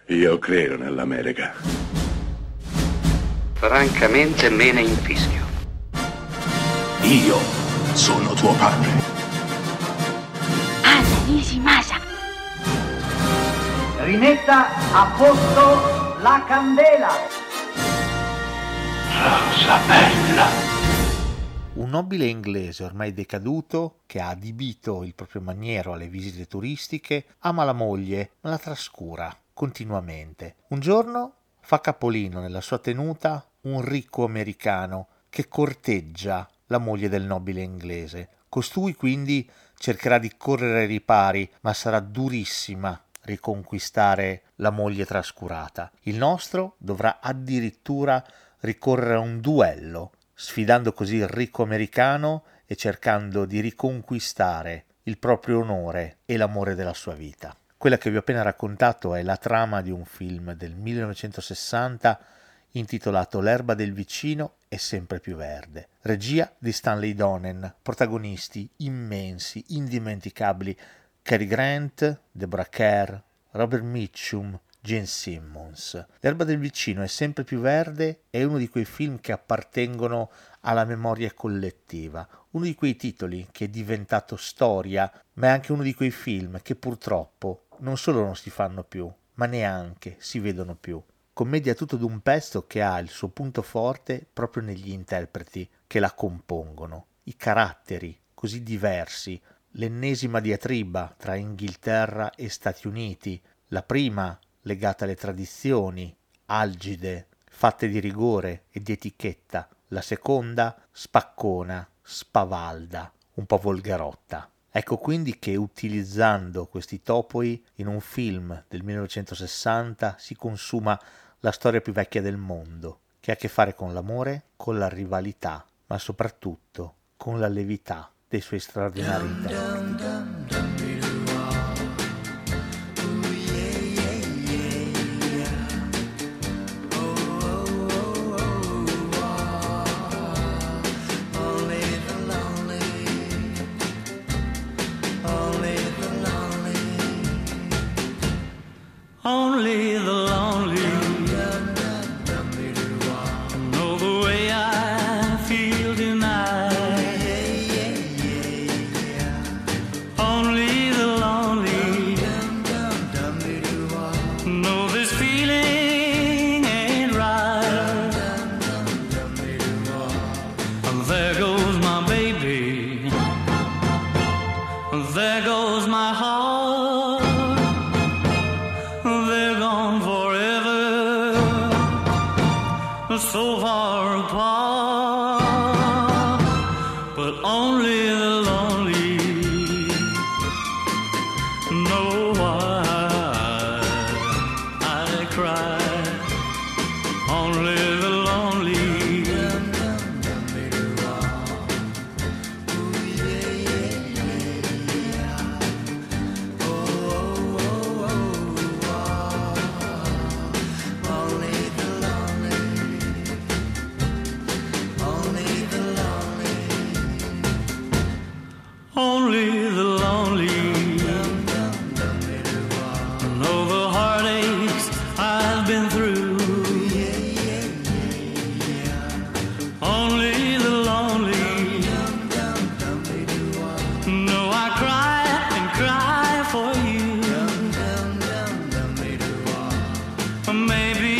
Io credo nell'America. Francamente me ne infischio. Io sono tuo padre. Anna Nishimasa. Rimetta a posto la candela. Rosa bella. Un nobile inglese ormai decaduto, che ha adibito il proprio maniero alle visite turistiche, ama la moglie ma la trascura continuamente. Un giorno fa capolino nella sua tenuta un ricco americano che corteggia la moglie del nobile inglese. Costui quindi cercherà di correre ai ripari, ma sarà durissima riconquistare la moglie trascurata. Il nostro dovrà addirittura ricorrere a un duello, sfidando così il ricco americano e cercando di riconquistare il proprio onore e l'amore della sua vita. Quella che vi ho appena raccontato è la trama di un film del 1960 intitolato L'erba del vicino è sempre più verde. Regia di Stanley Donen, protagonisti immensi, indimenticabili: Cary Grant, Deborah Kerr, Robert Mitchum, Gene Simmons. L'erba del vicino è sempre più verde è uno di quei film che appartengono alla memoria collettiva, uno di quei titoli che è diventato storia, ma è anche uno di quei film che purtroppo non solo non si fanno più, ma neanche si vedono più. Commedia tutto d'un pezzo che ha il suo punto forte proprio negli interpreti che la compongono, i caratteri così diversi, l'ennesima diatriba tra Inghilterra e Stati Uniti, la prima legata alle tradizioni, algide, fatte di rigore e di etichetta, la seconda spaccona, spavalda, un po' volgarotta. Ecco quindi che utilizzando questi topoi in un film del 1960 si consuma la storia più vecchia del mondo, che ha a che fare con l'amore, con la rivalità, ma soprattutto con la levità dei suoi straordinari interpreti. Only the lonely know the way I feel tonight. Only the lonely know this feeling ain't right. There goes my baby, there goes my heart. They're gone forever, so far apart. But only the lonely know why I cry. Only the lonely only the lonely know the heartaches I've been through. Only the lonely know I cry and cry for you. Maybe